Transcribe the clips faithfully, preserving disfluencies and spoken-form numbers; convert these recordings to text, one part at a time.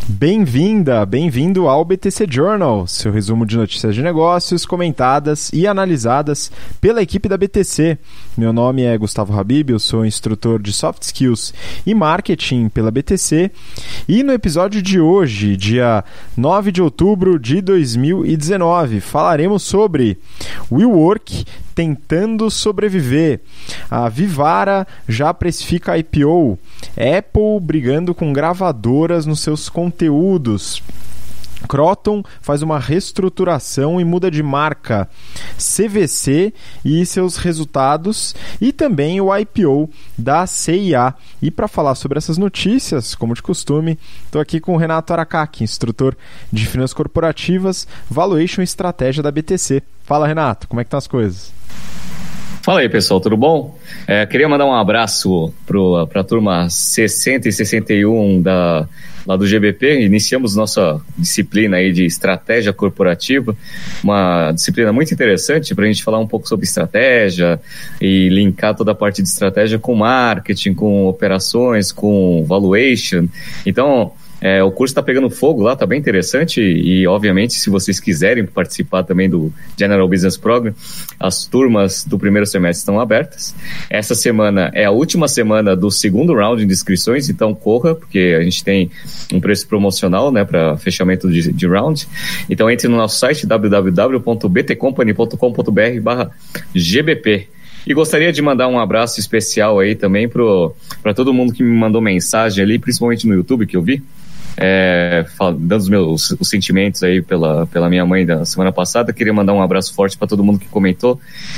Bem-vinda, bem-vindo ao B T C Journal, seu resumo de notícias de negócios comentadas e analisadas pela equipe da B T C. Meu nome é Gustavo Habib, eu sou instrutor de Soft Skills e Marketing pela B T C e no episódio de hoje, dia nove de outubro de dois mil e dezenove, falaremos sobre WeWork tentando sobreviver, a Vivara já precifica I P O, Apple brigando com gravadoras nos seus conteúdos, Croton faz uma reestruturação e muda de marca, C V C e seus resultados e também o I P O da C I A. E para falar sobre essas notícias, como de costume, estou aqui com o Renato Aracaki, instrutor de Finanças Corporativas, Valuation e Estratégia da B T C. Fala, Renato, como é que estão as coisas? Fala aí, pessoal, tudo bom? É, queria mandar um abraço para a turma sessenta e sessenta e um da, lá do G B P. Iniciamos nossa disciplina aí de estratégia corporativa, uma disciplina muito interessante para a gente falar um pouco sobre estratégia e linkar toda a parte de estratégia com marketing, com operações, com valuation. Então, É, o curso está pegando fogo lá, está bem interessante e, obviamente, se vocês quiserem participar também do General Business Program, as turmas do primeiro semestre estão abertas. Essa semana é a última semana do segundo round de inscrições, então corra, porque a gente tem um preço promocional, né, para fechamento de, de round. Então entre no nosso site w w w ponto b t company ponto com ponto b r barra g b p. E gostaria de mandar um abraço especial aí também para todo mundo que me mandou mensagem ali, principalmente no YouTube, que eu vi. É, dando os meus os sentimentos aí pela, pela minha mãe da semana passada. Queria mandar um abraço forte para todo mundo que comentou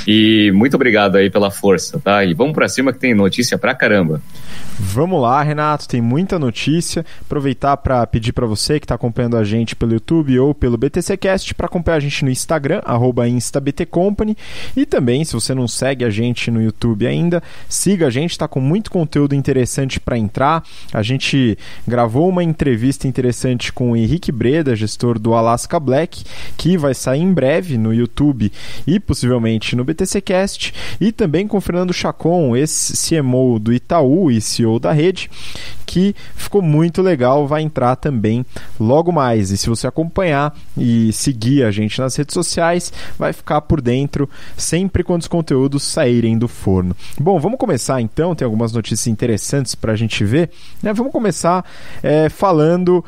e muito obrigado aí pela força, tá? E vamos para cima que tem notícia pra caramba. Vamos lá, Renato, tem muita notícia. Aproveitar para pedir para você que está acompanhando a gente pelo YouTube ou pelo B T C Cast para acompanhar a gente no Instagram, arroba instabtcompany, e também, se você não segue a gente no YouTube ainda, siga a gente, está com muito conteúdo interessante para entrar. A gente gravou uma entrevista interessante com o Henrique Breda, gestor do Alaska Black, que vai sair em breve no YouTube e possivelmente no B T C Cast, e também com o Fernando Chacon, ex-C M O do Itaú e C E O da rede, que ficou muito legal, vai entrar também logo mais. E se você acompanhar e seguir a gente nas redes sociais, vai ficar por dentro sempre quando os conteúdos saírem do forno. Bom, vamos começar então, tem algumas notícias interessantes para a gente ver, né? Vamos começar é, falando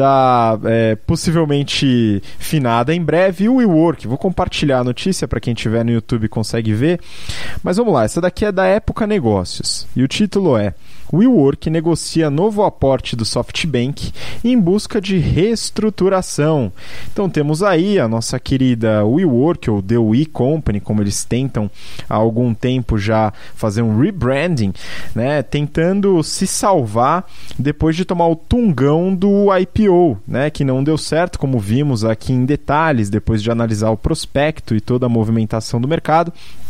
da é, possivelmente finada em breve o WeWork. Vou compartilhar a notícia para quem estiver no YouTube consegue ver, mas vamos lá, essa daqui é da Época Negócios e o título é: WeWork negocia novo aporte do SoftBank em busca de reestruturação. Então temos aí a nossa querida WeWork, ou The We Company, como eles tentam há algum tempo já fazer um rebranding, né, tentando se salvar depois de tomar o tungão do I P O, né, que não deu certo, como vimos aqui em detalhes, depois de analisar o prospecto e toda a movimentação do mercado.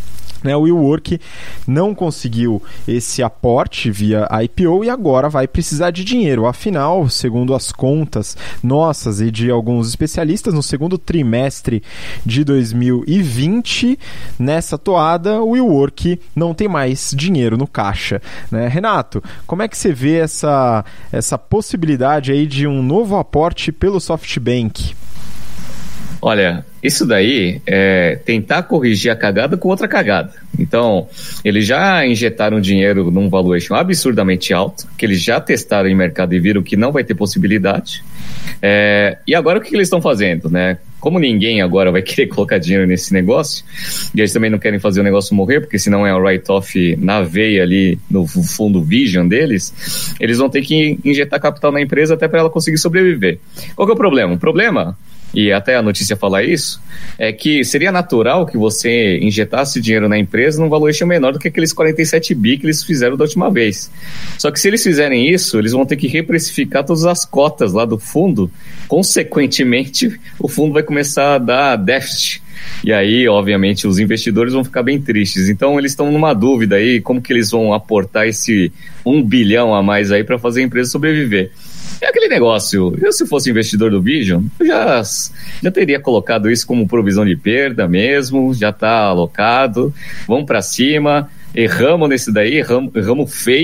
O WeWork não conseguiu esse aporte via I P O e agora vai precisar de dinheiro. Afinal, segundo as contas nossas e de alguns especialistas, no segundo trimestre de dois mil e vinte, nessa toada, o WeWork não tem mais dinheiro no caixa, né? Renato, como é que você vê essa, essa possibilidade aí de um novo aporte pelo SoftBank? Olha, isso daí é tentar corrigir a cagada com outra cagada. Então, eles já injetaram dinheiro num valuation absurdamente alto, que eles já testaram em mercado e viram que não vai ter possibilidade. É, e agora o que eles estão fazendo, né? Como ninguém agora vai querer colocar dinheiro nesse negócio, e eles também não querem fazer o negócio morrer, porque senão é um write-off na veia ali, no fundo vision deles, eles vão ter que injetar capital na empresa até para ela conseguir sobreviver. Qual que é o problema? O problema, e até a notícia fala isso, é que seria natural que você injetasse dinheiro na empresa num valuation menor do que aqueles quarenta e sete bi que eles fizeram da última vez. Só que se eles fizerem isso, eles vão ter que reprecificar todas as cotas lá do fundo, consequentemente o fundo vai começar a dar déficit. E aí, obviamente, os investidores vão ficar bem tristes. Então, eles estão numa dúvida aí, como que eles vão aportar esse um bilhão a mais aí para fazer a empresa sobreviver. É aquele negócio, eu se fosse investidor do Vision, eu já, já teria colocado isso como provisão de perda mesmo, já está alocado, vamos para cima, erramos nesse daí, erramos, erramos feio,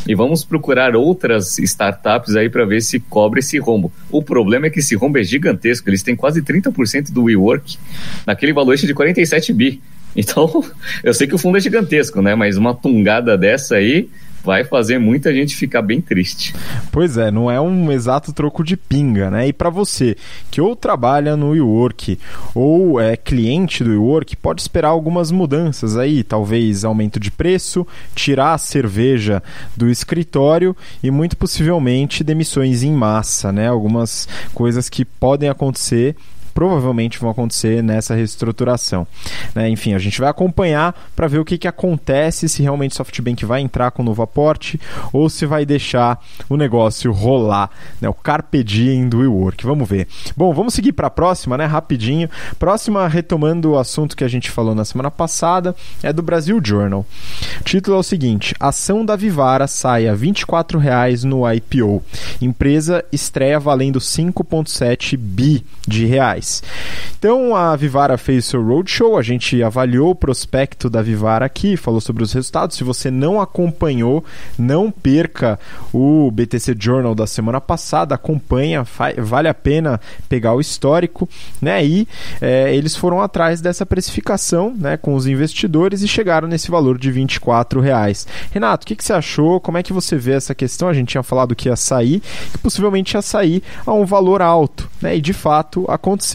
e vamos procurar outras startups aí para ver se cobre esse rombo. O problema é que esse rombo é gigantesco, eles têm quase trinta por cento do WeWork naquele valuation de quarenta e sete bi. Então, eu sei que o fundo é gigantesco, né? Mas uma tungada dessa aí vai fazer muita gente ficar bem triste. Pois é, não é um exato troco de pinga, né? E para você que ou trabalha no WeWork ou é cliente do WeWork, pode esperar algumas mudanças aí, talvez aumento de preço, tirar a cerveja do escritório e muito possivelmente demissões em massa, né? Algumas coisas que podem acontecer, provavelmente vão acontecer nessa reestruturação, né? Enfim, a gente vai acompanhar para ver o que, que acontece, se realmente o SoftBank vai entrar com um novo aporte ou se vai deixar o negócio rolar, né? O carpe diem do WeWork, vamos ver. Bom, vamos seguir para a próxima, né? Rapidinho. Próxima, retomando o assunto que a gente falou na semana passada, é do Brasil Journal. O título é o seguinte: ação da Vivara sai a vinte e quatro reais no I P O. Empresa estreia valendo cinco vírgula sete bi de reais. Então a Vivara fez seu roadshow, a gente avaliou o prospecto da Vivara aqui, falou sobre os resultados. Se você não acompanhou, não perca o B T C Journal da semana passada, acompanha, vale a pena pegar o histórico, né? E é, eles foram atrás dessa precificação, né, com os investidores e chegaram nesse valor de vinte e quatro reais. Renato, o que, que você achou? Como é que você vê essa questão? A gente tinha falado que ia sair, que possivelmente ia sair a um valor alto, né? E de fato aconteceu.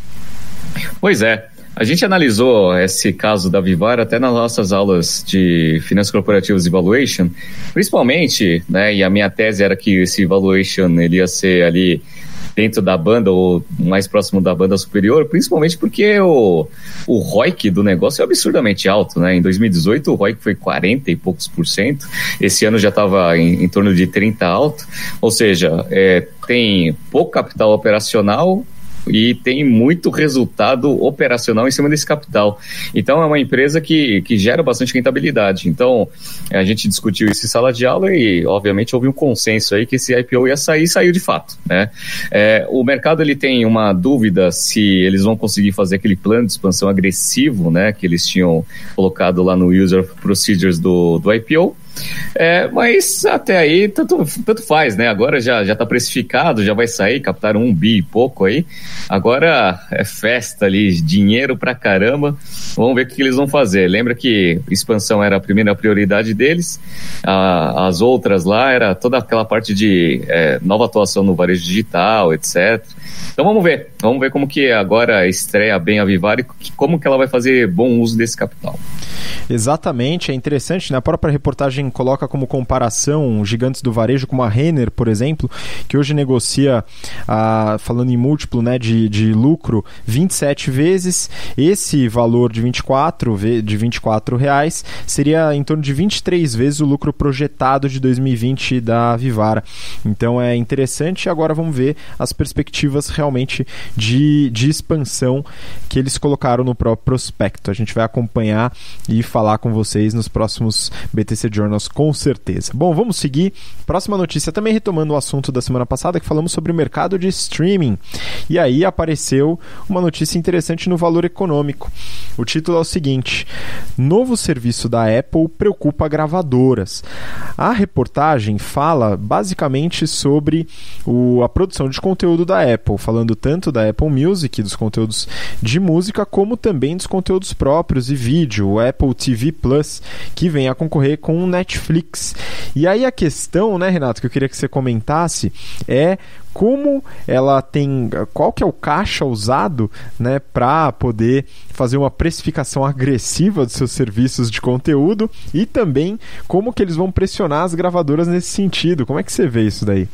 Pois é, a gente analisou esse caso da Vivara até nas nossas aulas de Finanças Corporativas e Valuation, principalmente, né, e a minha tese era que esse valuation ele ia ser ali dentro da banda ou mais próximo da banda superior, principalmente porque o, o R O I C do negócio é absurdamente alto, né? Em dois mil e dezoito o R O I C foi quarenta e poucos por cento, esse ano já estava em, em torno de trinta alto, ou seja, é, tem pouco capital operacional e tem muito resultado operacional em cima desse capital. Então é uma empresa que, que gera bastante rentabilidade. Então a gente discutiu isso em sala de aula e obviamente houve um consenso aí que esse I P O ia sair e saiu de fato, né? É, o mercado ele tem uma dúvida se eles vão conseguir fazer aquele plano de expansão agressivo, né, que eles tinham colocado lá no User Procedures do, do I P O. É, mas até aí tanto, tanto faz, né? Agora já já está precificado, já vai sair, captaram um bi e pouco aí. Agora é festa ali, dinheiro pra caramba. Vamos ver o que eles vão fazer. Lembra que expansão era a primeira prioridade deles, a, as outras lá era toda aquela parte de é, nova atuação no varejo digital, etcétera. Então vamos ver, vamos ver como que agora estreia bem a Vivara e como que ela vai fazer bom uso desse capital. Exatamente, é interessante, na própria reportagem coloca como comparação gigantes do varejo como a Renner, por exemplo, que hoje negocia, ah, falando em múltiplo, né, de, de lucro, vinte e sete vezes. Esse valor de vinte e quatro, de vinte e quatro reais seria em torno de vinte e três vezes o lucro projetado de dois mil e vinte da Vivara. Então é interessante. Agora vamos ver as perspectivas realmente de, de expansão que eles colocaram no próprio prospecto. A gente vai acompanhar e falar com vocês nos próximos B T C Journals, com certeza. Bom, vamos seguir. Próxima notícia, também retomando o assunto da semana passada, que falamos sobre o mercado de streaming. E aí apareceu uma notícia interessante no Valor Econômico. O título é o seguinte: novo serviço da Apple preocupa gravadoras. A reportagem fala basicamente sobre o, a produção de conteúdo da Apple, falando tanto da Apple Music, dos conteúdos de música, como também dos conteúdos próprios e vídeo, o Apple T V Plus, que vem a concorrer com o Netflix. E aí a questão, né, Renato, que eu queria que você comentasse é como ela tem, qual que é o caixa usado, né, para poder fazer uma precificação agressiva dos seus serviços de conteúdo e também como que eles vão pressionar as gravadoras nesse sentido. Como é que você vê isso daí?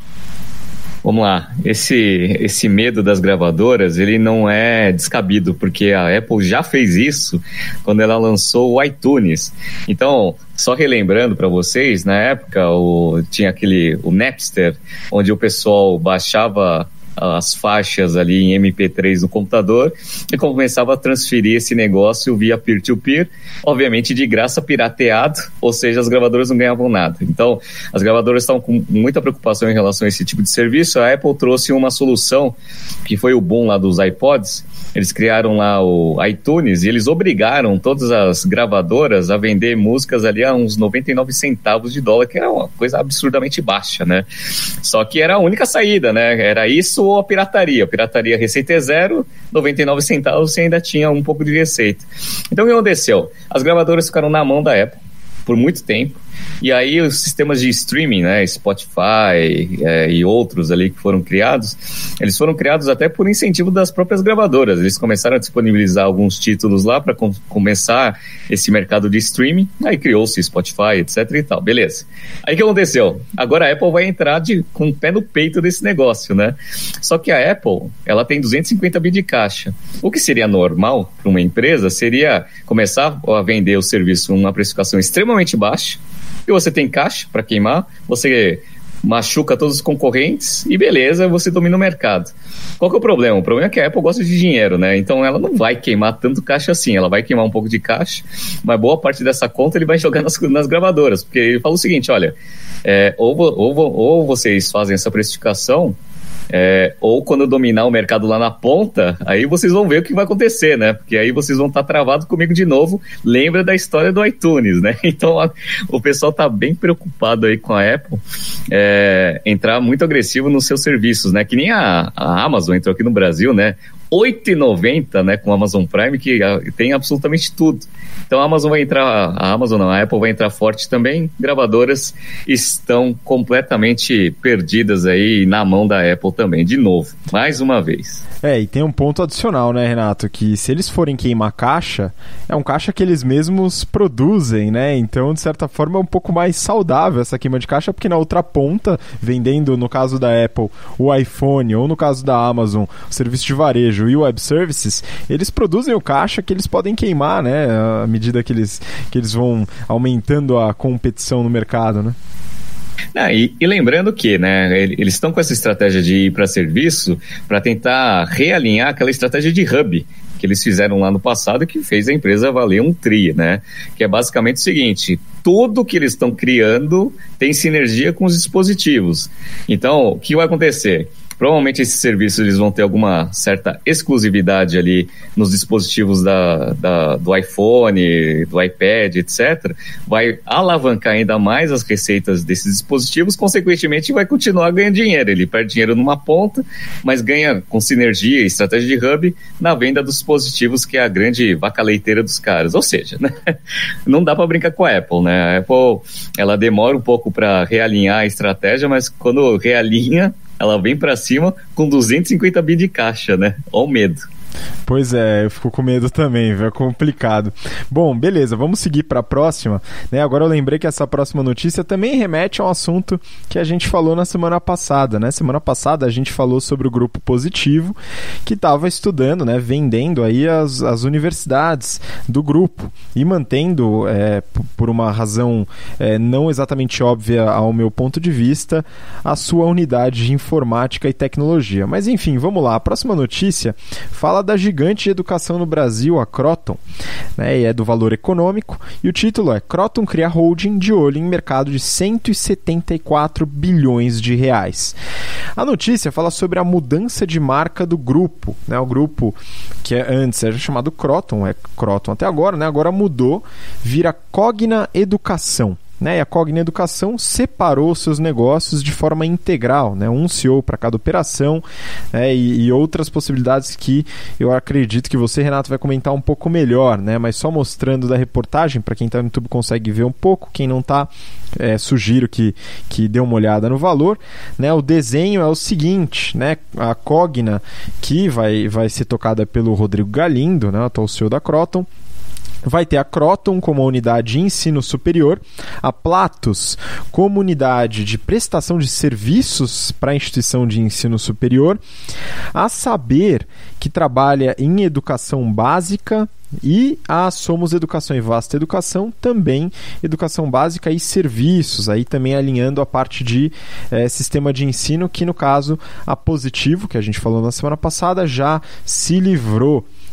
Vamos lá, esse, esse medo das gravadoras, ele não é descabido, porque a Apple já fez isso quando ela lançou o iTunes. Então, só relembrando para vocês, na época o, tinha aquele, o Napster, onde o pessoal baixava as faixas ali em M P três no computador e começava a transferir esse negócio via peer-to-peer, obviamente de graça, pirateado, ou seja, as gravadoras não ganhavam nada. Então, as gravadoras estavam com muita preocupação em relação a esse tipo de serviço. A Apple trouxe uma solução, que foi o boom lá dos iPods, eles criaram lá o iTunes e eles obrigaram todas as gravadoras a vender músicas ali a uns noventa e nove centavos de dólar, que era uma coisa absurdamente baixa, né? Só que era a única saída, né? Era isso ou a pirataria. A pirataria, receita é zero, noventa e nove centavos você ainda tinha um pouco de receita. Então o que aconteceu? As gravadoras ficaram na mão da Apple por muito tempo. E aí os sistemas de streaming, né, Spotify é, e outros ali que foram criados, eles foram criados até por incentivo das próprias gravadoras. Eles começaram a disponibilizar alguns títulos lá para com- começar esse mercado de streaming, aí criou-se Spotify, etc e tal, beleza. Aí o que aconteceu? Agora a Apple vai entrar de, com o pé no peito desse negócio, né? Só que a Apple, ela tem duzentos e cinquenta bi de caixa. O que seria normal para uma empresa seria começar a vender o serviço numa precificação extremamente baixa, e você tem caixa para queimar, você machuca todos os concorrentes e beleza, você domina o mercado. Qual que é o problema? O problema é que a Apple gosta de dinheiro, né? Então ela não vai queimar tanto caixa assim, ela vai queimar um pouco de caixa, mas boa parte dessa conta ele vai jogar nas, nas gravadoras, porque ele fala o seguinte, olha, é, ou, ou, ou vocês fazem essa precificação, É, ou quando eu dominar o mercado lá na ponta, aí vocês vão ver o que vai acontecer, né? Porque aí vocês vão estar travados comigo de novo. Lembra da história do iTunes, né? Então a, o pessoal está bem preocupado aí com a Apple é, entrar muito agressivo nos seus serviços, né? Que nem a, a Amazon entrou aqui no Brasil, né? oito reais e noventa centavos, né, com a Amazon Prime, que tem absolutamente tudo. Então a Amazon vai entrar, a Amazon não, a Apple vai entrar forte também. Gravadoras estão completamente perdidas aí na mão da Apple também, de novo, mais uma vez. É, e tem um ponto adicional, né, Renato, que se eles forem queimar caixa, é um caixa que eles mesmos produzem, né, então de certa forma é um pouco mais saudável essa queima de caixa, porque na outra ponta, vendendo no caso da Apple o iPhone, ou no caso da Amazon o serviço de varejo e o web services, eles produzem o caixa que eles podem queimar, né, à medida que eles, que eles vão aumentando a competição no mercado, né. Ah, e, e lembrando que, né, eles estão com essa estratégia de ir para serviço para tentar realinhar aquela estratégia de hub que eles fizeram lá no passado, que fez a empresa valer um tri, né? Que é basicamente o seguinte: tudo que eles estão criando tem sinergia com os dispositivos. Então, o que vai acontecer? Provavelmente esses serviços eles vão ter alguma certa exclusividade ali nos dispositivos da, da, do iPhone, do iPad, etcétera. Vai alavancar ainda mais as receitas desses dispositivos, consequentemente vai continuar ganhando dinheiro. Ele perde dinheiro numa ponta, mas ganha com sinergia e estratégia de hub na venda dos dispositivos, que é a grande vaca leiteira dos caras. Ou seja, né? Não dá para brincar com a Apple, né? A Apple, ela demora um pouco para realinhar a estratégia, mas quando realinha, ela vem pra cima com duzentos e cinquenta bi de caixa, né? Ó o medo. Pois é, eu fico com medo também, é complicado. Bom, beleza, vamos seguir para a próxima, né? Agora eu lembrei que essa próxima notícia também remete a um assunto que a gente falou na semana passada, né? Semana passada a gente falou sobre o Grupo Positivo, que estava estudando, né? Vendendo aí as, as universidades do grupo e mantendo, é, por uma razão é, não exatamente óbvia ao meu ponto de vista, a sua unidade de informática e tecnologia. Mas enfim, vamos lá, a próxima notícia fala da gigante de educação no Brasil, a Kroton, né, e é do Valor Econômico, e o título é: Kroton cria holding de olho em mercado de cento e setenta e quatro bilhões de reais. A notícia fala sobre a mudança de marca do grupo, né, o grupo que antes era chamado Kroton, é Kroton até agora, né, agora mudou, vira Cogna Educação. Né, e a Cogna Educação separou seus negócios de forma integral, né, um C E O para cada operação, né, e, e outras possibilidades que eu acredito que você, Renato, vai comentar um pouco melhor, né, mas só mostrando da reportagem, para quem está no YouTube consegue ver um pouco, quem não está, é, sugiro que, que dê uma olhada no valor, né. O desenho é o seguinte, né, a Cogna, que vai, vai ser tocada pelo Rodrigo Galindo, né, atual C E O da Kroton, vai ter a Kroton como unidade de ensino superior, a Platos como unidade de prestação de serviços para a instituição de ensino superior, a Saber, que trabalha em educação básica, e a Somos Educação e Vasta Educação, também educação básica e serviços, aí também alinhando a parte de eh, sistema de ensino, que no caso a Positivo, que a gente falou na semana passada, já se livrou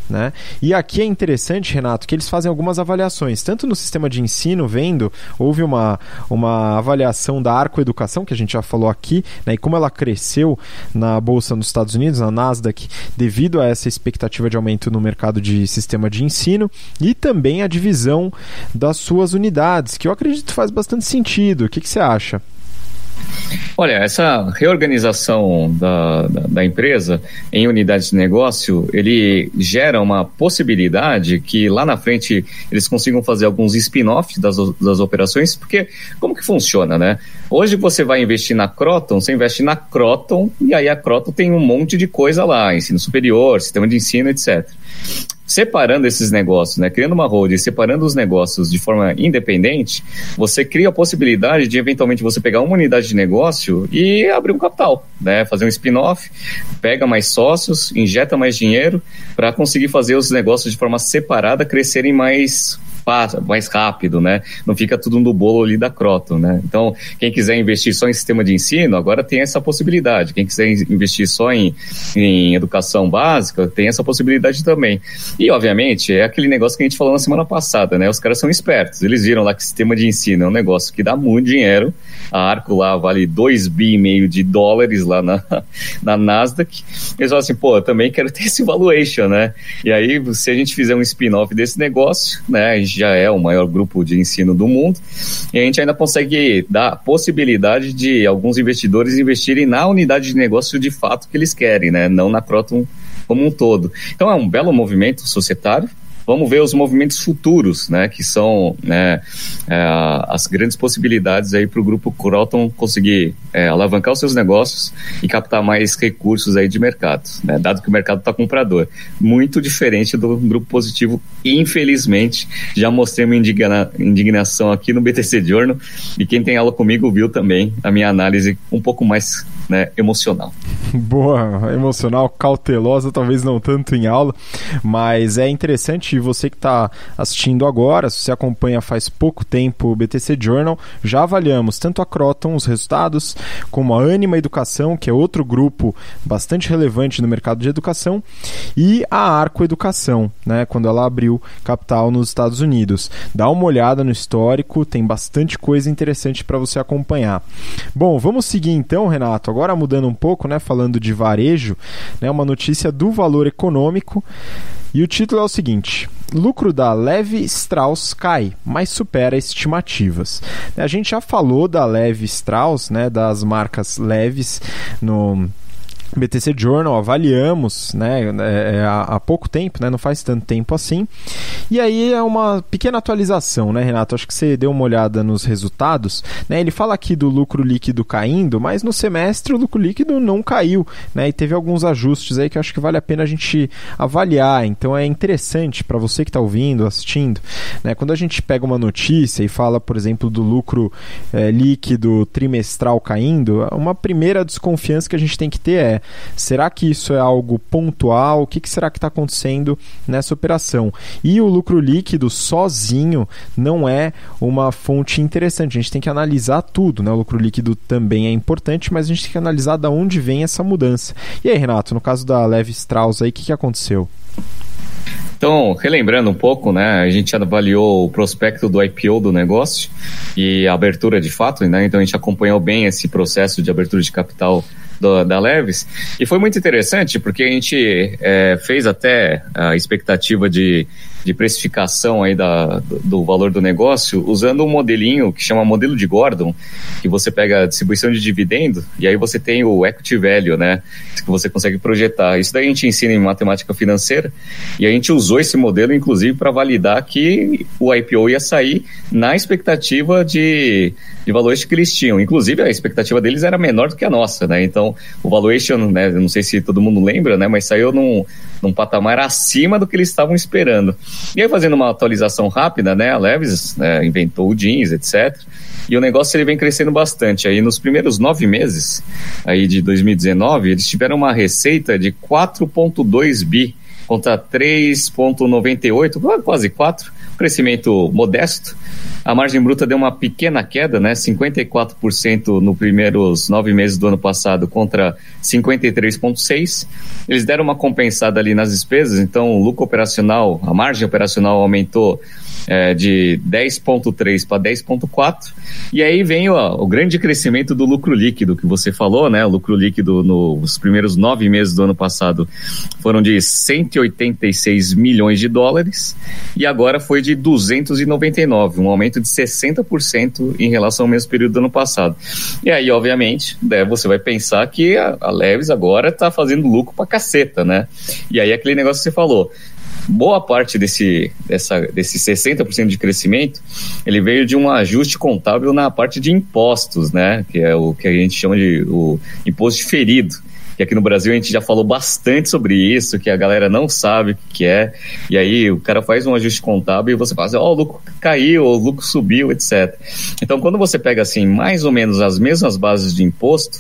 né? E aqui é interessante, Renato, que eles fazem algumas avaliações, tanto no sistema de ensino, vendo, houve uma, uma avaliação da Arco Educação, que a gente já falou aqui, né, e como ela cresceu na Bolsa nos Estados Unidos, na Nasdaq, devido a essa expectativa de aumento no mercado de sistema de ensino, e também a divisão das suas unidades, que eu acredito faz bastante sentido. O que, que você acha? Olha, essa reorganização da, da, da empresa em unidades de negócio, ele gera uma possibilidade que lá na frente eles consigam fazer alguns spin-offs das, das operações, porque como que funciona, né? Hoje você vai investir na Kroton, você investe na Kroton e aí a Kroton tem um monte de coisa lá, ensino superior, sistema de ensino, etcétera. Separando esses negócios, né, criando uma holding, separando os negócios de forma independente, você cria a possibilidade de eventualmente você pegar uma unidade de negócio e abrir um capital, né, fazer um spin-off, pega mais sócios, injeta mais dinheiro para conseguir fazer os negócios de forma separada crescerem mais mais rápido, né? Não fica tudo no bolo ali da Kroton, né? Então, quem quiser investir só em sistema de ensino, agora tem essa possibilidade. Quem quiser investir só em, em educação básica, tem essa possibilidade também. E, obviamente, é aquele negócio que a gente falou na semana passada, né? Os caras são espertos. Eles viram lá que sistema de ensino é um negócio que dá muito dinheiro. A Arco lá vale dois bi e meio de dólares lá na, na Nasdaq. Eles falam assim, pô, eu também quero ter esse valuation, né? E aí, se a gente fizer um spin-off desse negócio, né? A gente já é o maior grupo de ensino do mundo, e a gente ainda consegue dar a possibilidade de alguns investidores investirem na unidade de negócio de fato que eles querem, né? Não na Kroton como um todo. Então é um belo movimento societário. Vamos ver os movimentos futuros, né, que são, né, é, as grandes possibilidades aí para o grupo Kroton conseguir é, alavancar os seus negócios e captar mais recursos aí de mercado, né, dado que o mercado está comprador. Muito diferente do grupo positivo, infelizmente. Já mostrei uma indigna, indignação aqui no B T C Journal, e quem tem aula comigo viu também a minha análise um pouco mais, né, emocional. Boa, emocional, cautelosa, talvez não tanto em aula, mas é interessante. E você que está assistindo agora, se você acompanha faz pouco tempo o B T C Journal, já avaliamos tanto a Kroton, os resultados, como a Ânima Educação, que é outro grupo bastante relevante no mercado de educação, e a Arco Educação, né, quando ela abriu capital nos Estados Unidos. Dá uma olhada no histórico, tem bastante coisa interessante para você acompanhar. Bom, vamos seguir então, Renato, agora mudando um pouco, né, falando de varejo, né, uma notícia do Valor Econômico. E o título é o seguinte: lucro da Levi Strauss cai, mas supera estimativas. A gente já falou da Levi Strauss, né, das marcas Levis no B T C Journal, avaliamos, né, é, há, há pouco tempo, né, não faz tanto tempo assim. E aí é uma pequena atualização, né, Renato? Acho que você deu uma olhada nos resultados, né? Ele fala aqui do lucro líquido caindo, mas no semestre o lucro líquido não caiu, né? E teve alguns ajustes aí que eu acho que vale a pena a gente avaliar. Então é interessante para você que está ouvindo, assistindo, né? Quando a gente pega uma notícia e fala, por exemplo, do lucro é, líquido trimestral caindo, uma primeira desconfiança que a gente tem que ter é: será que isso é algo pontual? O que, que será que está acontecendo nessa operação? E o lucro líquido sozinho não é uma fonte interessante. A gente tem que analisar tudo, né? O lucro líquido também é importante, mas a gente tem que analisar de onde vem essa mudança. E aí, Renato, no caso da Levi Strauss, aí, o que, que aconteceu? Então, relembrando um pouco, né, a gente avaliou o prospecto do I P O do negócio e a abertura de fato, né? Então a gente acompanhou bem esse processo de abertura de capital do, da Levis, e foi muito interessante porque a gente é, fez até a expectativa de, de precificação aí da, do, do valor do negócio usando um modelinho que chama modelo de Gordon, que você pega a distribuição de dividendo e aí você tem o equity value, né, que você consegue projetar. Isso daí a gente ensina em matemática financeira e a gente usou esse modelo inclusive para validar que o I P O ia sair na expectativa de, de valuation que eles tinham. Inclusive a expectativa deles era menor do que a nossa, né? Então o valuation, né, não sei se todo mundo lembra, né, mas saiu num, num patamar acima do que eles estavam esperando. E aí, fazendo uma atualização rápida, né, a Levis, né, inventou o jeans, etcétera. E o negócio ele vem crescendo bastante. Aí nos primeiros nove meses aí de dois mil e dezenove, eles tiveram uma receita de quatro vírgula dois bi contra três vírgula noventa e oito, quase quatro, crescimento modesto. a margem bruta deu uma pequena queda, né? cinquenta e quatro por cento nos primeiros nove meses do ano passado contra cinquenta e três vírgula seis por cento. Eles deram uma compensada ali nas despesas, então o lucro operacional, a margem operacional aumentou é, de dez vírgula três para dez vírgula quatro, e aí vem ó, o grande crescimento do lucro líquido que você falou, né? O lucro líquido nos primeiros nove meses do ano passado foram de cento e oitenta e seis milhões de dólares e agora foi de duzentos e noventa e nove, um aumento de sessenta por cento em relação ao mesmo período do ano passado. E aí, obviamente, né, você vai pensar que a, a Levis agora está fazendo lucro pra caceta, né? E aí aquele negócio que você falou, boa parte desse, dessa, desse sessenta por cento de crescimento, ele veio de um ajuste contábil na parte de impostos, né? Que é o que a gente chama de o imposto diferido. Que aqui no Brasil a gente já falou bastante sobre isso, que a galera não sabe o que é, e aí o cara faz um ajuste contábil e você fala assim, ó, oh, o lucro caiu, o lucro subiu, etcétera. Então, quando você pega, assim, mais ou menos as mesmas bases de imposto,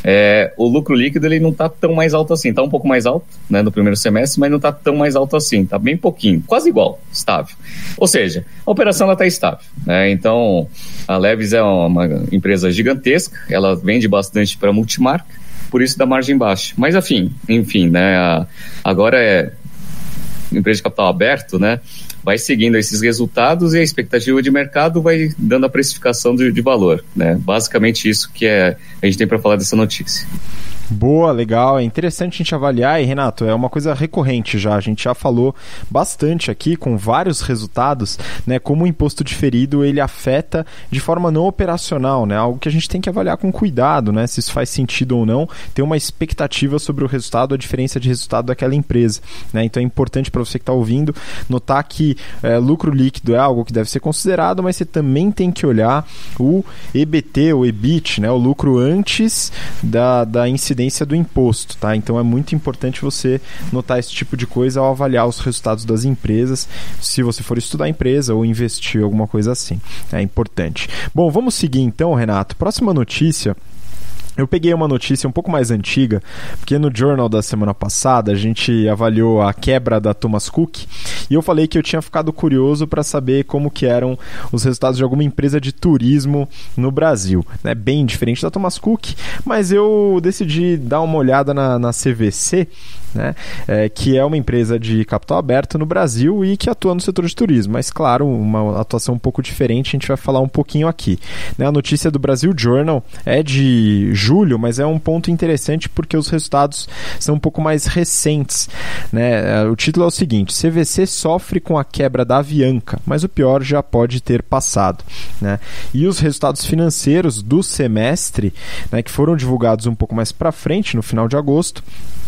é, o lucro líquido, ele não está tão mais alto assim, está um pouco mais alto, né, no primeiro semestre, mas não está tão mais alto assim, está bem pouquinho, quase igual, estável. Ou seja, a operação está estável, né? Então, a Levis é uma empresa gigantesca, ela vende bastante para multimarca, por isso da margem baixa. Mas, enfim, enfim, né, agora é empresa de capital aberto, né, vai seguindo esses resultados e a expectativa de mercado vai dando a precificação de, de valor, né, basicamente isso que é, a gente tem para falar dessa notícia. Boa, legal, é interessante a gente avaliar, e Renato, é uma coisa recorrente já, a gente já falou bastante aqui com vários resultados, né, como o imposto diferido ele afeta de forma não operacional, né, algo que a gente tem que avaliar com cuidado, né, se isso faz sentido ou não, ter uma expectativa sobre o resultado, a diferença de resultado daquela empresa, né, então é importante para você que está ouvindo notar que é, lucro líquido é algo que deve ser considerado, mas você também tem que olhar o E B T, o E B I T, né, o lucro antes da, da incidência do imposto, tá? Então é muito importante você notar esse tipo de coisa ao avaliar os resultados das empresas, se você for estudar a empresa ou investir alguma coisa assim. É importante. Bom, vamos seguir então, Renato. Próxima notícia. Eu peguei uma notícia um pouco mais antiga, porque no Journal da semana passada a gente avaliou a quebra da Thomas Cook e eu falei que eu tinha ficado curioso para saber como que eram os resultados de alguma empresa de turismo no Brasil. É bem diferente da Thomas Cook, mas eu decidi dar uma olhada na, na C V C, né, é, que é uma empresa de capital aberto no Brasil e que atua no setor de turismo, mas claro, uma atuação um pouco diferente, a gente vai falar um pouquinho aqui. Né, a notícia do Brasil Journal é de julho, mas é um ponto interessante porque os resultados são um pouco mais recentes. Né? O título é o seguinte: C V C sofre com a quebra da Avianca, mas o pior já pode ter passado. Né? E os resultados financeiros do semestre, né, que foram divulgados um pouco mais para frente, no final de agosto,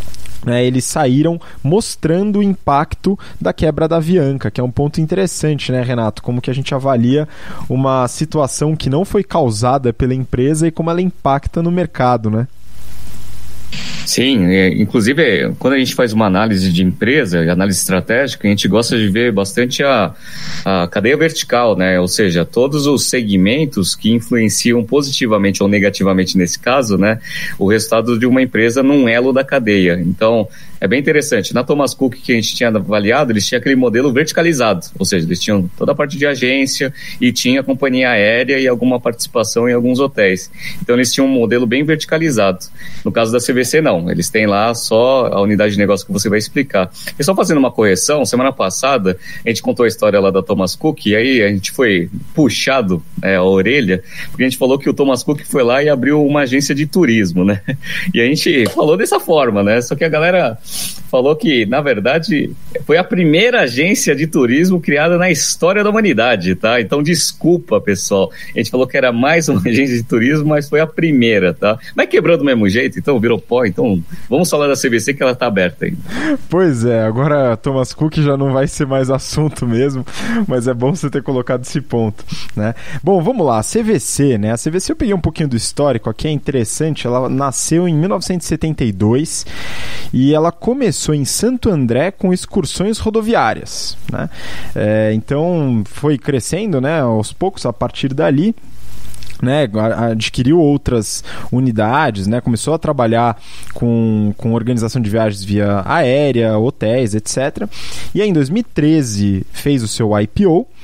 né, eles saíram mostrando o impacto da quebra da Avianca, que é um ponto interessante, né, Renato? Como que a gente avalia uma situação que não foi causada pela empresa e como ela impacta no mercado, né? Sim, é, inclusive quando a gente faz uma análise de empresa, análise estratégica, a gente gosta de ver bastante a, a cadeia vertical, né? Ou seja, todos os segmentos que influenciam positivamente ou negativamente nesse caso, né, o resultado de uma empresa num elo da cadeia. Então, é bem interessante. Na Thomas Cook, que a gente tinha avaliado, eles tinham aquele modelo verticalizado, ou seja, eles tinham toda a parte de agência e tinha a companhia aérea e alguma participação em alguns hotéis. Então, eles tinham um modelo bem verticalizado. No caso da C V C, não. Eles têm lá só a unidade de negócio que você vai explicar. E só fazendo uma correção, semana passada a gente contou a história lá da Thomas Cook e aí a gente foi puxado é, a orelha, porque a gente falou que o Thomas Cook foi lá e abriu uma agência de turismo, né? E a gente falou dessa forma, né? Só que a galera falou que, na verdade, foi a primeira agência de turismo criada na história da humanidade, tá? Então, desculpa, pessoal. A gente falou que era mais uma agência de turismo, mas foi a primeira, tá? Mas quebrou do mesmo jeito, então virou pó. Então, vamos falar da C V C que ela tá aberta ainda. Pois é, agora Thomas Cook já não vai ser mais assunto mesmo, mas é bom você ter colocado esse ponto, né? Bom, vamos lá, a C V C, né? A C V C eu peguei um pouquinho do histórico aqui, é interessante, ela nasceu em mil novecentos e setenta e dois e ela começou em Santo André com excursões rodoviárias, né? É, então foi crescendo, né, aos poucos a partir dali, né, adquiriu outras unidades, né, começou a trabalhar com, com organização de viagens via aérea, hotéis, etcétera. E aí em dois mil e treze fez o seu I P O,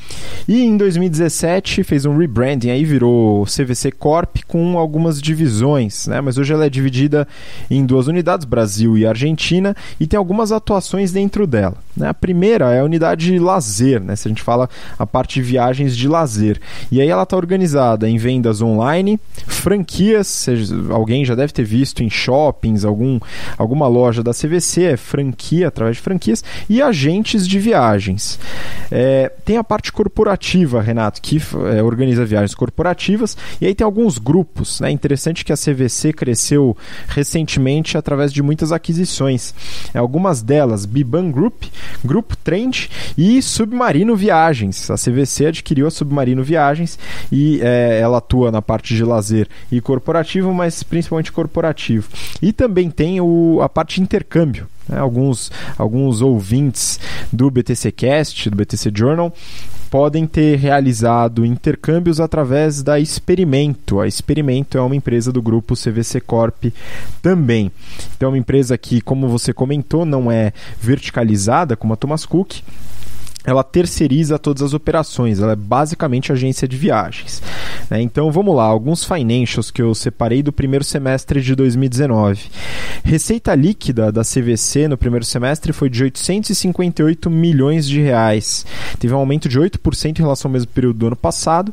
E em dois mil e dezessete fez um rebranding, aí virou C V C Corp com algumas divisões, né? Mas hoje ela é dividida em duas unidades, Brasil e Argentina, e tem algumas atuações dentro dela, né? A primeira é a unidade de lazer, né? Se a gente fala a parte de viagens de lazer. E aí ela está organizada em vendas online, franquias, seja, alguém já deve ter visto em shoppings, algum, alguma loja da C V C, é franquia, através de franquias, e agentes de viagens. É, tem a parte corporativa, Renato, que é, organiza viagens corporativas, e aí tem alguns grupos, né? Interessante que a C V C cresceu recentemente através de muitas aquisições. É, algumas delas, Biban Group, Grupo Trend e Submarino Viagens. A C V C adquiriu a Submarino Viagens e é, ela atua na parte de lazer e corporativo, mas principalmente corporativo. E também tem o, a parte de intercâmbio. Né? Alguns, alguns ouvintes do B T C Cast, do B T C Journal, podem ter realizado intercâmbios através da Experimento. A Experimento é uma empresa do grupo C V C Corp também. Então é uma empresa que, como você comentou, não é verticalizada como a Thomas Cook. Ela terceiriza todas as operações, ela é basicamente agência de viagens. Né? Então vamos lá, alguns financials que eu separei do primeiro semestre de dois mil e dezenove. Receita líquida da C V C no primeiro semestre foi de oitocentos e cinquenta e oito milhões de reais. Teve um aumento de oito por cento em relação ao mesmo período do ano passado,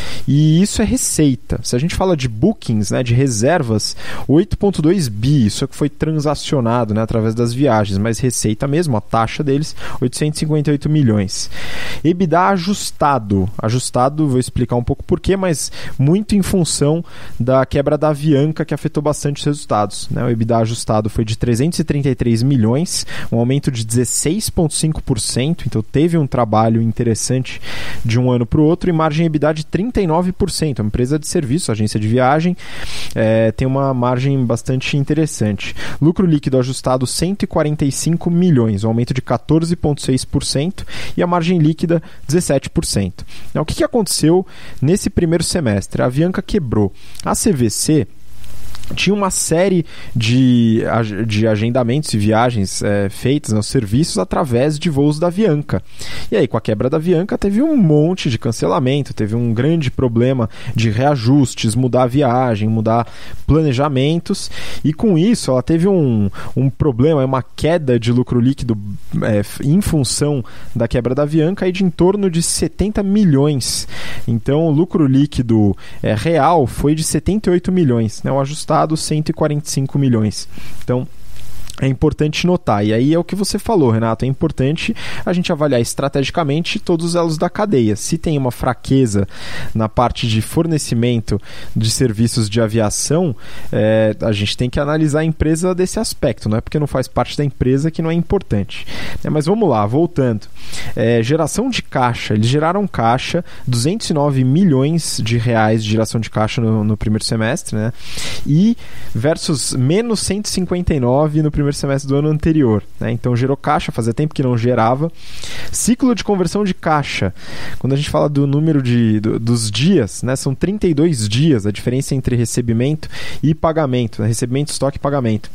e isso é receita. Se a gente fala de bookings, né, de reservas, oito vírgula dois bi, isso é que foi transacionado, né, através das viagens, mas receita mesmo, a taxa deles, oitocentos e cinquenta e oito milhões. EBITDA ajustado. Ajustado, vou explicar um pouco porquê, mas muito em função da quebra da Avianca, que afetou bastante os resultados. Né? O EBITDA ajustado foi de trezentos e trinta e três milhões, um aumento de dezesseis vírgula cinco por cento, então teve um trabalho interessante de um ano para o outro, e margem EBITDA de trinta e nove por cento. Uma empresa de serviço, agência de viagem, é, tem uma margem bastante interessante. Lucro líquido ajustado cento e quarenta e cinco milhões, um aumento de quatorze vírgula seis por cento, e a margem líquida dezessete por cento. Então, o que aconteceu nesse primeiro semestre? A Avianca quebrou. A C V C tinha uma série de, de agendamentos e viagens é, feitas nos serviços através de voos da Avianca. E aí, com a quebra da Avianca, teve um monte de cancelamento, teve um grande problema de reajustes, mudar a viagem, mudar planejamentos, e com isso ela teve um, um problema, uma queda de lucro líquido é, em função da quebra da Avianca aí de em torno de setenta milhões. Então, o lucro líquido é, real foi de setenta e oito milhões, né? O ajustado cento e quarenta e cinco milhões. Então, é importante notar, e aí é o que você falou, Renato, é importante a gente avaliar estrategicamente todos os elos da cadeia. Se tem uma fraqueza na parte de fornecimento de serviços de aviação, é, a gente tem que analisar a empresa desse aspecto, não é porque não faz parte da empresa que não é importante. É, mas vamos lá, voltando. É, geração de caixa, eles geraram caixa, duzentos e nove milhões de reais de geração de caixa no, no primeiro semestre, né? E versus menos cento e cinquenta e nove no primeiro semestre do ano anterior, né? Então gerou caixa, fazia tempo que não gerava. Ciclo de conversão de caixa, quando a gente fala do número de, do, dos dias, né? São trinta e dois dias a diferença entre recebimento e pagamento, né? Recebimento, estoque e pagamento.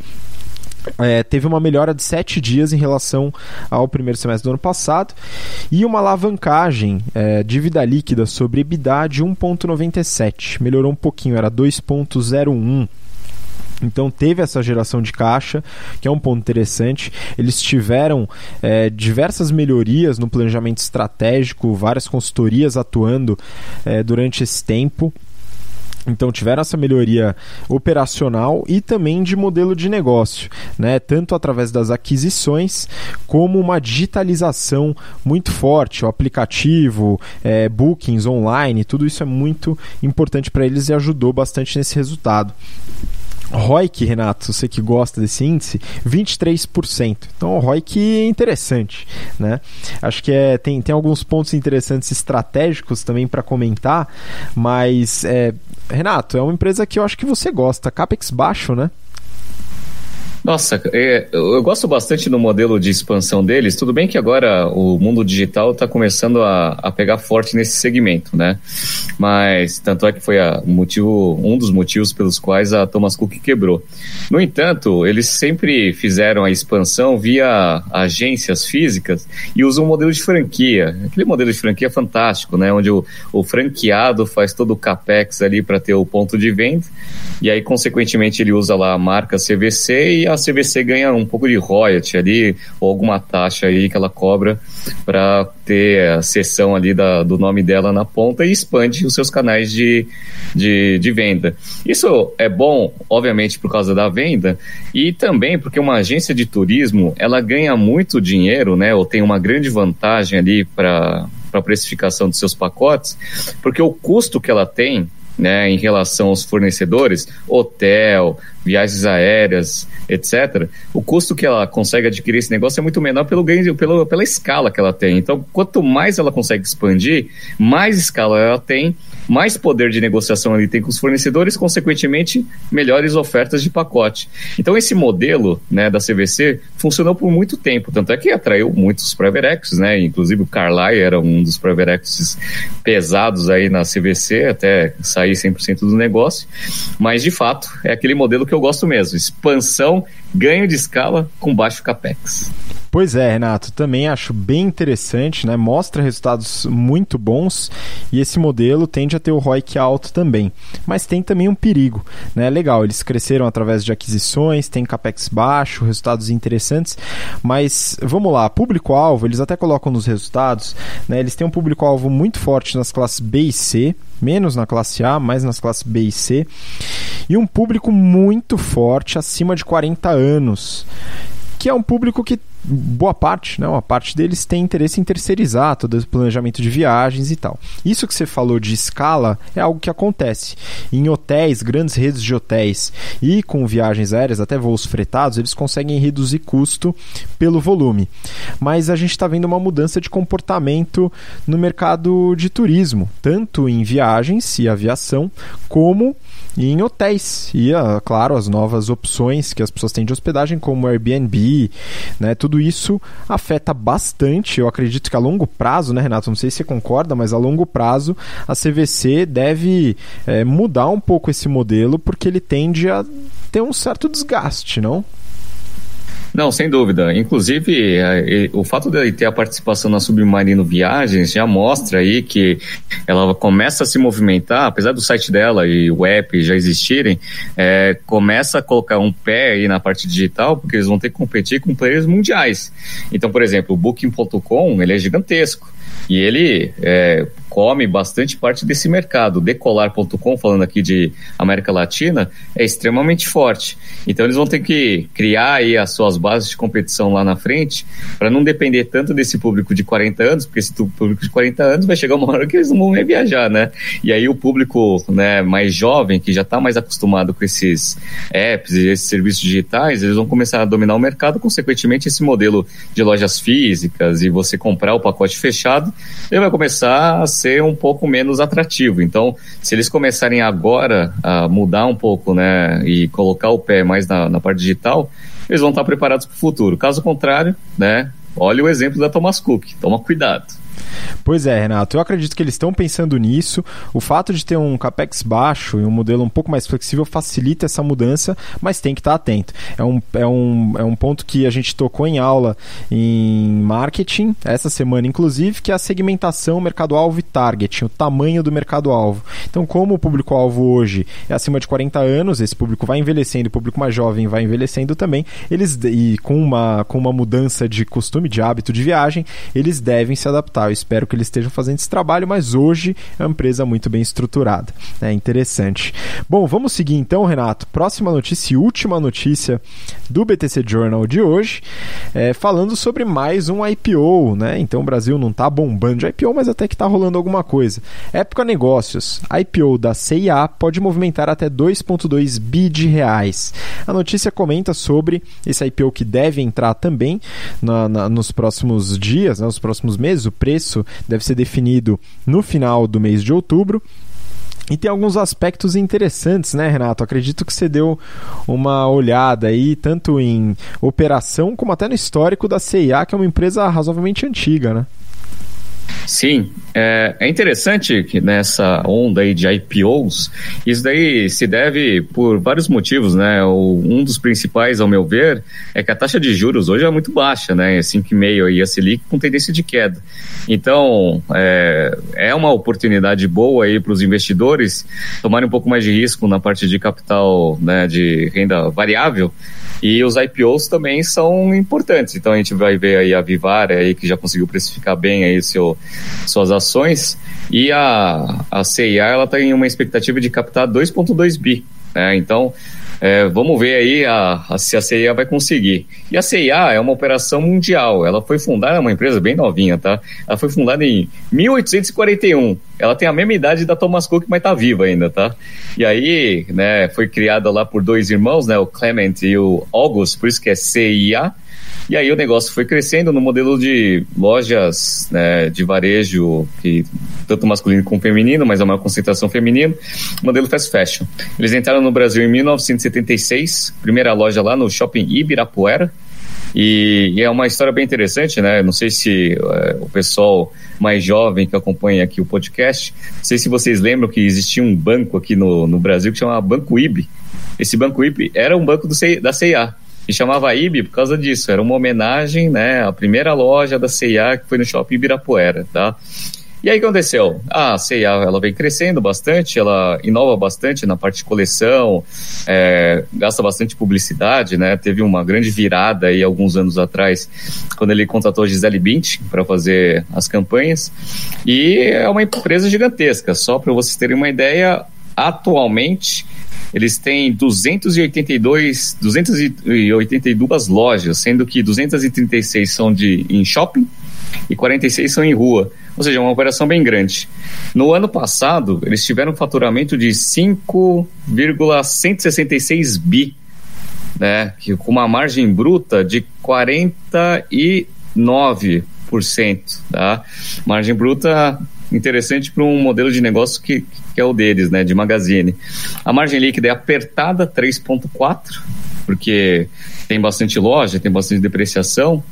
É, teve uma melhora de sete dias em relação ao primeiro semestre do ano passado, e uma alavancagem, é, dívida líquida sobre EBITDA de um vírgula noventa e sete, melhorou um pouquinho, era dois vírgula zero um. Então teve essa geração de caixa, que é um ponto interessante. Eles tiveram é, diversas melhorias no planejamento estratégico, várias consultorias atuando é, durante esse tempo. Então tiveram essa melhoria operacional e também de modelo de negócio, né? Tanto através das aquisições como uma digitalização muito forte, o aplicativo, é, bookings online, tudo isso é muito importante para eles e ajudou bastante nesse resultado. R O I C, Renato, você que gosta desse índice, vinte e três por cento. Então, o R O I C é interessante, né? Acho que é, tem, tem alguns pontos interessantes estratégicos também para comentar, mas, é, Renato, é uma empresa que eu acho que você gosta. Capex baixo, né? Nossa, é, eu gosto bastante do modelo de expansão deles. Tudo bem que agora o mundo digital está começando a, a pegar forte nesse segmento, né? Mas tanto é que foi a motivo, um dos motivos pelos quais a Thomas Cook quebrou. No entanto, eles sempre fizeram a expansão via agências físicas e usam um modelo de franquia. Aquele modelo de franquia é fantástico, né? Onde o, o franqueado faz todo o capex ali para ter o ponto de venda e aí, consequentemente, ele usa lá a marca C V C e a C V C ganha um pouco de royalty ali, ou alguma taxa aí que ela cobra para ter a seção ali da, do nome dela na ponta e expande os seus canais de, de, de venda. Isso é bom, obviamente, por causa da venda e também porque uma agência de turismo, ela ganha muito dinheiro, né, ou tem uma grande vantagem ali para a precificação dos seus pacotes, porque o custo que ela tem, né, em relação aos fornecedores, hotel, viagens aéreas, etcétera, o custo que ela consegue adquirir esse negócio é muito menor pelo ganho, pelo, pela escala que ela tem. Então, quanto mais ela consegue expandir, mais escala ela tem, mais poder de negociação ele tem com os fornecedores, consequentemente, melhores ofertas de pacote. Então, esse modelo, né, da C V C funcionou por muito tempo, tanto é que atraiu muitos private equities, né, inclusive o Carlyle era um dos private equities pesados aí na C V C, até sair cem por cento do negócio, mas, de fato, é aquele modelo que eu gosto mesmo, expansão, ganho de escala com baixo capex. Pois é, Renato, também acho bem interessante, né? Mostra resultados muito bons e esse modelo tende a ter o R O I C alto também, mas tem também um perigo, né? Legal, eles cresceram através de aquisições, tem capex baixo, resultados interessantes, mas vamos lá, público-alvo, eles até colocam nos resultados, né? Eles têm um público-alvo muito forte nas classes B e C, menos na classe A, mais nas classes B e C, e um público muito forte acima de quarenta anos, que é um público que boa parte, né, uma parte deles tem interesse em terceirizar todo o planejamento de viagens e tal. Isso que você falou de escala é algo que acontece. Em hotéis, grandes redes de hotéis e com viagens aéreas, até voos fretados, eles conseguem reduzir custo pelo volume. Mas a gente está vendo uma mudança de comportamento no mercado de turismo, tanto em viagens e aviação, como em hotéis. E, claro, as novas opções que as pessoas têm de hospedagem, como Airbnb, né, tudo isso afeta bastante. Eu acredito que a longo prazo, né, Renato? Não sei se você concorda, mas a longo prazo a C V C deve é, mudar um pouco esse modelo, porque ele tende a ter um certo desgaste, não? Não, sem dúvida. Inclusive, o fato de ter a participação na Submarino Viagens já mostra aí que ela começa a se movimentar, apesar do site dela e o app já existirem, é, começa a colocar um pé aí na parte digital, porque eles vão ter que competir com players mundiais. Então, por exemplo, o Booking ponto com, ele é gigantesco. E ele é, come bastante parte desse mercado. Decolar ponto com, falando aqui de América Latina, é extremamente forte. Então eles vão ter que criar aí as suas bases de competição lá na frente para não depender tanto desse público de quarenta anos, porque esse público de quarenta anos vai chegar uma hora que eles não vão viajar, né? E aí o público, né, mais jovem, que já está mais acostumado com esses apps e esses serviços digitais, eles vão começar a dominar o mercado, consequentemente esse modelo de lojas físicas e você comprar o pacote fechado, ele vai começar a ser um pouco menos atrativo. Então, se eles começarem agora a mudar um pouco, né, e colocar o pé mais na, na parte digital, eles vão estar preparados para o futuro. Caso contrário, né, olha o exemplo da Thomas Cook, toma cuidado. Pois é, Renato, eu acredito que eles estão pensando nisso. O fato de ter um capex baixo e um modelo um pouco mais flexível facilita essa mudança, mas tem que estar atento. É um, é um, é um ponto que a gente tocou em aula em marketing, essa semana inclusive, que é a segmentação mercado-alvo e target, o tamanho do mercado-alvo. Então, como o público-alvo hoje é acima de quarenta anos, esse público vai envelhecendo, o público mais jovem vai envelhecendo também, eles, e com uma, com uma mudança de costume, de hábito de viagem, eles devem se adaptar. Eu espero que eles estejam fazendo esse trabalho, mas hoje é uma empresa muito bem estruturada. É interessante. Bom, vamos seguir então, Renato. Próxima notícia e última notícia do B T C Journal de hoje, é, falando sobre mais um I P O, né? Então o Brasil não está bombando de I P O, mas até que está rolando alguma coisa. Época Negócios, I P O da C e A pode movimentar até dois vírgula dois bi de reais. A notícia comenta sobre esse I P O que deve entrar também na, na, nos próximos dias, né, nos próximos meses. O preço deve ser definido no final do mês de outubro. E tem alguns aspectos interessantes, né, Renato? Acredito que você deu uma olhada aí, tanto em operação, como até no histórico da C e A, que é uma empresa razoavelmente antiga, né? Sim, é, é interessante que nessa onda aí de I P Os, isso daí se deve por vários motivos, né? O, um dos principais, ao meu ver, é que a taxa de juros hoje é muito baixa, né? cinco vírgula cinco aí a Selic com tendência de queda. Então, é, é uma oportunidade boa aí para os investidores tomarem um pouco mais de risco na parte de capital, né, de renda variável. E os I P Os também são importantes. Então a gente vai ver aí a Vivara aí, que já conseguiu precificar bem aí seu, suas ações, e a, a C e A ela tem uma expectativa de captar dois vírgula dois bi, né? Então é, vamos ver aí a, a, se a C e A vai conseguir. E a C e A é uma operação mundial. Ela foi fundada, é uma empresa bem novinha, tá? Ela foi fundada em mil oitocentos e quarenta e um. Ela tem a mesma idade da Thomas Cook, mas tá viva ainda, tá? E aí, né, foi criada lá por dois irmãos, né, o Clement e o August, por isso que é C e A. E aí o negócio foi crescendo no modelo de lojas, né, de varejo, que tanto masculino como feminino, mas a maior concentração feminina, modelo fast fashion. Eles entraram no Brasil em mil novecentos e setenta e seis, primeira loja lá no Shopping Ibirapuera, e, e é uma história bem interessante, né? Não sei se é, o pessoal mais jovem que acompanha aqui o podcast, não sei se vocês lembram que existia um banco aqui no, no Brasil que chamava Banco I B. Esse Banco I B era um banco do C, da C e A. E chamava I B por causa disso, era uma homenagem, né, à primeira loja da C e A que foi no Shopping Ibirapuera, tá? E aí o que aconteceu? A C e A ela vem crescendo bastante, ela inova bastante na parte de coleção, é, gasta bastante publicidade, né? Teve uma grande virada aí alguns anos atrás, quando ele contratou a Gisele Bündchen para fazer as campanhas, e é uma empresa gigantesca. Só para vocês terem uma ideia, atualmente eles têm duzentas e oitenta e dois, duzentas e oitenta e duas lojas, sendo que duzentas e trinta e seis são de, em shopping e quarenta e seis são em rua. Ou seja, uma operação bem grande. No ano passado, eles tiveram um faturamento de cinco vírgula cento e sessenta e seis bi, né, que, com uma margem bruta de quarenta e nove por cento. Tá? Margem bruta interessante para um modelo de negócio que, que é o deles, né, de Magazine. A margem líquida é apertada, três vírgula quatro, porque tem bastante loja, tem bastante depreciação,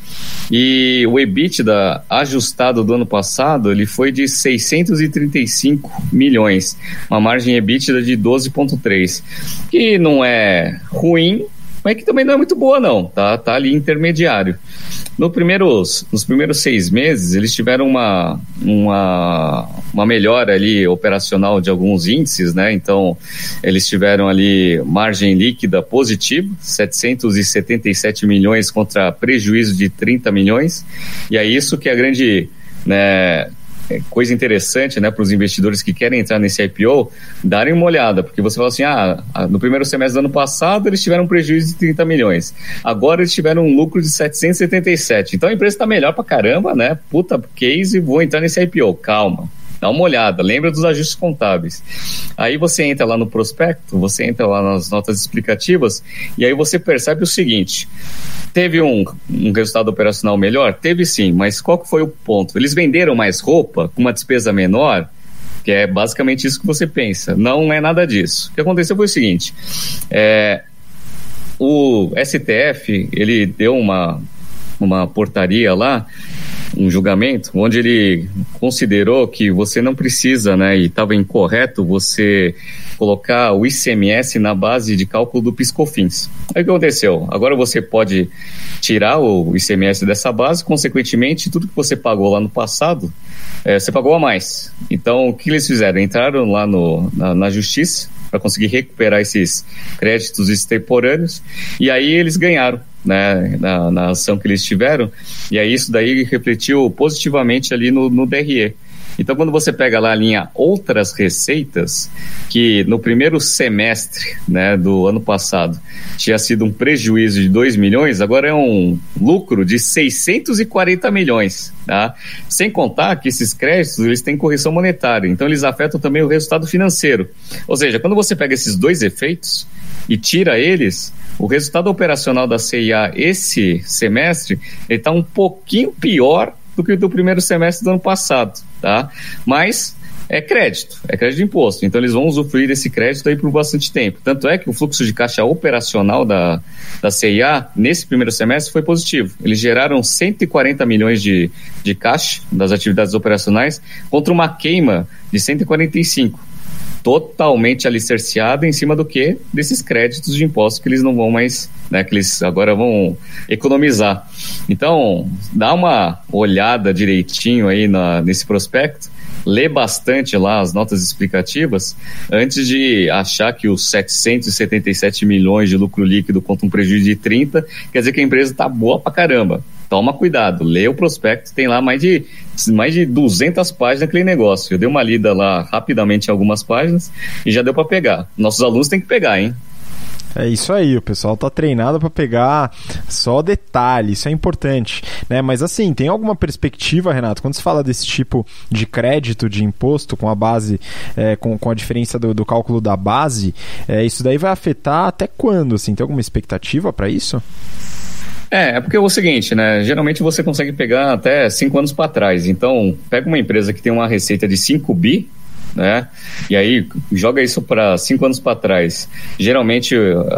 e o EBITDA ajustado do ano passado, ele foi de seiscentos e trinta e cinco milhões, uma margem EBITDA de doze vírgula três, que não é ruim, mas que também não é muito boa não, tá, tá ali intermediário. No primeiros, nos primeiros seis meses, eles tiveram uma, uma, uma melhora ali operacional de alguns índices, né? Então, eles tiveram ali margem líquida positiva, setecentos e setenta e sete milhões contra prejuízo de trinta milhões. E é isso que é a grande, né, coisa interessante, né, para os investidores que querem entrar nesse I P O, darem uma olhada, porque você fala assim, ah, no primeiro semestre do ano passado eles tiveram um prejuízo de trinta milhões, agora eles tiveram um lucro de setecentos e setenta e sete, então a empresa está melhor pra caramba, né, puta case, vou entrar nesse I P O, calma, dá uma olhada, lembra dos ajustes contábeis. Aí você entra lá no prospecto, você entra lá nas notas explicativas, e aí você percebe o seguinte: teve um, um resultado operacional melhor? Teve sim, mas qual que foi o ponto? Eles venderam mais roupa com uma despesa menor, que é basicamente isso que você pensa. Não é nada disso. O que aconteceu foi o seguinte, é, o S T F, ele deu uma, uma portaria lá, um julgamento, onde ele considerou que você não precisa, né, e estava incorreto você colocar o I C M S na base de cálculo do PiscoFins. Aí o que aconteceu? Agora você pode tirar o I C M S dessa base, consequentemente, tudo que você pagou lá no passado, é, você pagou a mais. Então, o que eles fizeram? Entraram lá no, na, na justiça para conseguir recuperar esses créditos extemporâneos, e aí eles ganharam, né, na, na ação que eles tiveram, e aí isso daí refletiu positivamente ali no, no D R E. Então, quando você pega lá a linha outras receitas, que no primeiro semestre, né, do ano passado tinha sido um prejuízo de dois milhões, agora é um lucro de seiscentos e quarenta milhões, tá? Sem contar que esses créditos, eles têm correção monetária, então eles afetam também o resultado financeiro. Ou seja, quando você pega esses dois efeitos e tira eles, o resultado operacional da C e A esse semestre ele está um pouquinho pior do que o do primeiro semestre do ano passado, tá? Mas é crédito, é crédito de imposto. Então eles vão usufruir desse crédito aí por bastante tempo. Tanto é que o fluxo de caixa operacional da, da C I A, nesse primeiro semestre, foi positivo. Eles geraram cento e quarenta milhões de, de caixa das atividades operacionais contra uma queima de cento e quarenta e cinco. Totalmente alicerciada em cima do quê? Desses créditos de impostos que eles não vão mais, né, que eles agora vão economizar. Então, dá uma olhada direitinho aí na, nesse prospecto, lê bastante lá as notas explicativas antes de achar que os setecentos e setenta e sete milhões de lucro líquido contra um prejuízo de trinta, quer dizer que a empresa tá boa pra caramba. Toma cuidado, lê o prospecto, tem lá mais de, mais de duzentas páginas daquele negócio. Eu dei uma lida lá rapidamente em algumas páginas e já deu para pegar. Nossos alunos têm que pegar, hein? É isso aí, o pessoal tá treinado para pegar só detalhe, isso é importante, né? Mas assim, tem alguma perspectiva, Renato, quando se fala desse tipo de crédito de imposto com a base, é, com, com a diferença do, do cálculo da base, é, isso daí vai afetar até quando, assim? Tem alguma expectativa para isso? É, é porque é o seguinte, né? Geralmente você consegue pegar até cinco anos para trás. Então, pega uma empresa que tem uma receita de cinco bi, né? E aí joga isso para cinco anos para trás. Geralmente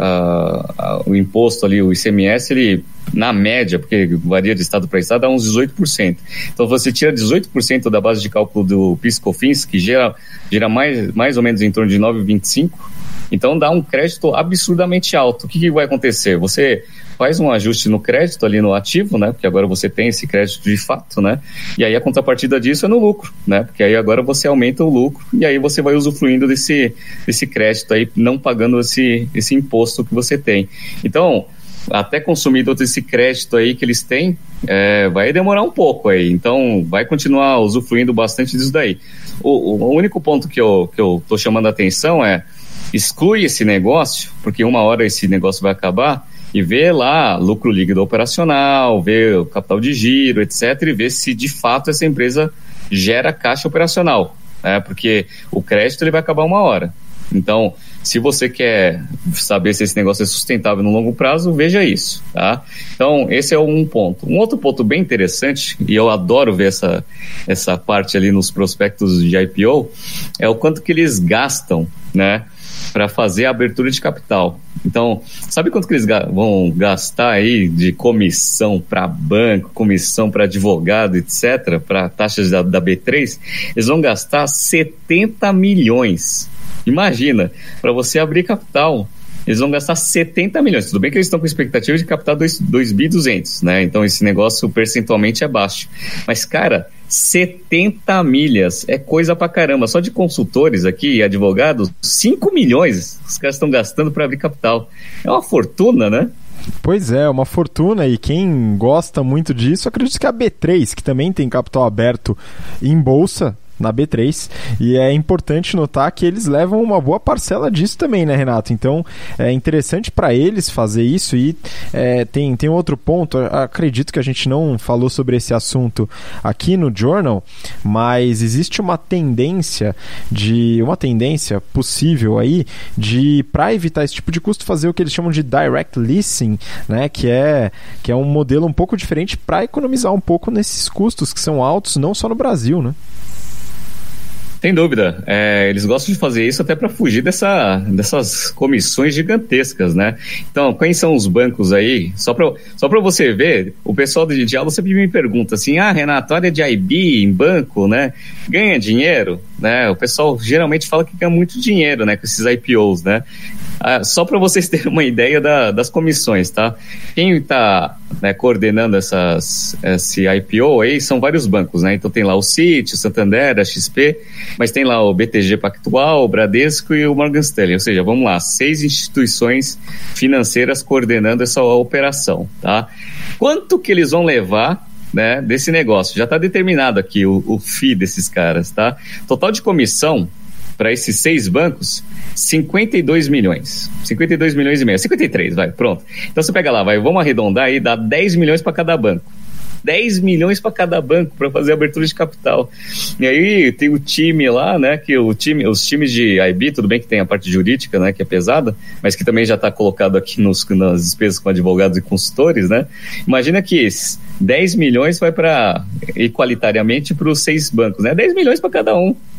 a, a, o imposto ali, o I C M S, ele na média, porque varia de estado para estado, dá uns dezoito por cento. Então você tira dezoito por cento da base de cálculo do PIS e COFINS, que gera, gera mais, mais ou menos em torno de nove vírgula vinte e cinco. Então dá um crédito absurdamente alto. O que, que vai acontecer? Você faz um ajuste no crédito ali no ativo, né? Porque agora você tem esse crédito de fato, né? E aí a contrapartida disso é no lucro, né? Porque aí agora você aumenta o lucro e aí você vai usufruindo desse, desse crédito aí, não pagando esse, esse imposto que você tem. Então, até consumir todo esse crédito aí que eles têm, é, vai demorar um pouco aí. Então, vai continuar usufruindo bastante disso daí. O, o único ponto que eu, que eu tô chamando a atenção é exclui esse negócio, porque uma hora esse negócio vai acabar, e vê lá lucro líquido operacional, vê o capital de giro, etcétera, e vê se de fato essa empresa gera caixa operacional, né? Porque o crédito ele vai acabar uma hora. Então, se você quer saber se esse negócio é sustentável no longo prazo, veja isso, tá? Então, esse é um ponto. Um outro ponto bem interessante, e eu adoro ver essa, essa parte ali nos prospectos de I P O, é o quanto que eles gastam, né, para fazer a abertura de capital. Então, sabe quanto que eles ga- vão gastar aí de comissão para banco, comissão para advogado, etcétera, para taxas da, da B três? Eles vão gastar setenta milhões. Imagina, para você abrir capital, eles vão gastar setenta milhões. Tudo bem que eles estão com expectativa de captar dois vírgula duzentos, né? Então esse negócio percentualmente é baixo. Mas, cara, setenta milhas é coisa pra caramba. Só de consultores aqui e advogados, cinco milhões os caras estão gastando para abrir capital. É uma fortuna, né? Pois é, uma fortuna, e quem gosta muito disso, acredito que é a B três, que também tem capital aberto em bolsa, na B três, e é importante notar que eles levam uma boa parcela disso também, né, Renato? Então é interessante para eles fazer isso. E é, tem, tem outro ponto, acredito que a gente não falou sobre esse assunto aqui no Journal, mas existe uma tendência de uma tendência possível aí de, para evitar esse tipo de custo, fazer o que eles chamam de direct leasing, né, que é, que é um modelo um pouco diferente para economizar um pouco nesses custos que são altos, não só no Brasil, né? Sem dúvida, é, eles gostam de fazer isso até para fugir dessa, dessas comissões gigantescas, né? Então, quem são os bancos aí? Só para só para você ver, o pessoal de diálogo sempre me pergunta assim, ah, Renato, área de I B em banco, né? Ganha dinheiro, né? O pessoal geralmente fala que ganha muito dinheiro, né? Com esses I P Os, né? Ah, só para vocês terem uma ideia da, das comissões, tá? Quem está, né, coordenando essas, esse I P O aí são vários bancos, né? Então tem lá o Citi, o Santander, a X P, mas tem lá o B T G Pactual, o Bradesco e o Morgan Stanley. Ou seja, vamos lá, seis instituições financeiras coordenando essa operação, tá? Quanto que eles vão levar, né, desse negócio? Já está determinado aqui o, o F I I desses caras, tá? Total de comissão para esses seis bancos, cinquenta e dois milhões. cinquenta e dois milhões e meio. cinquenta e três, vai, pronto. Então você pega lá, vai, vamos arredondar aí, dá dez milhões para cada banco. dez milhões para cada banco para fazer a abertura de capital. E aí tem o time lá, né, que o time, os times de I B, tudo bem que tem a parte jurídica, né, que é pesada, mas que também já está colocado aqui nos, nas despesas com advogados e consultores, né? Imagina que dez milhões vai para, equalitariamente, para os seis bancos, né? dez milhões para cada um.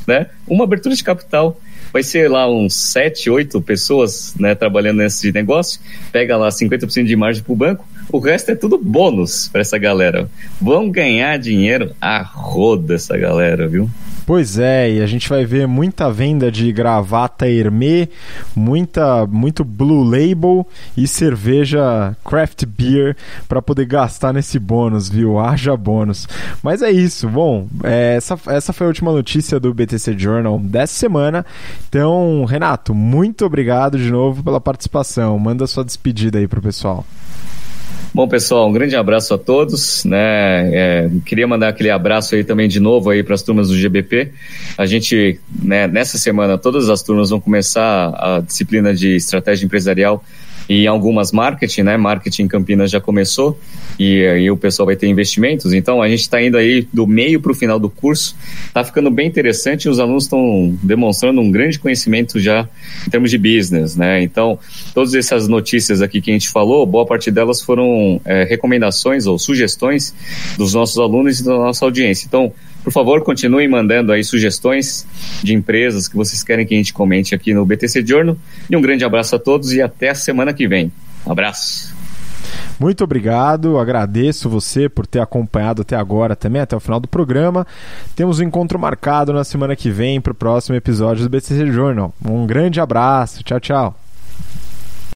né? Uma abertura de capital. Vai ser lá uns sete, oito pessoas, né, trabalhando nesse negócio, pega lá cinquenta por cento de margem para o banco, o resto é tudo bônus para essa galera. Vão ganhar dinheiro a roda essa galera, viu? Pois é, e a gente vai ver muita venda de gravata Hermès, muita, muito Blue Label e cerveja Craft Beer para poder gastar nesse bônus, viu? Haja bônus. Mas é isso, bom, é, essa, essa foi a última notícia do B T C Journal dessa semana. Então, Renato, muito obrigado de novo pela participação. Manda sua despedida aí pro pessoal. Bom, pessoal, um grande abraço a todos, né? É, queria mandar aquele abraço aí também de novo aí para as turmas do G B P. A gente, né, nessa semana, todas as turmas vão começar a disciplina de estratégia empresarial e algumas marketing, né? Marketing em Campinas já começou e aí o pessoal vai ter investimentos. Então, a gente está indo aí do meio para o final do curso. Está ficando bem interessante e os alunos estão demonstrando um grande conhecimento já em termos de business, né? Então, todas essas notícias aqui que a gente falou, boa parte delas foram é, recomendações ou sugestões dos nossos alunos e da nossa audiência. Então, por favor, continuem mandando aí sugestões de empresas que vocês querem que a gente comente aqui no B T C Journal. E um grande abraço a todos e até a semana que vem. Um abraço. Muito obrigado, agradeço você por ter acompanhado até agora também, até o final do programa. Temos um encontro marcado na semana que vem para o próximo episódio do B T C Journal. Um grande abraço, tchau, tchau.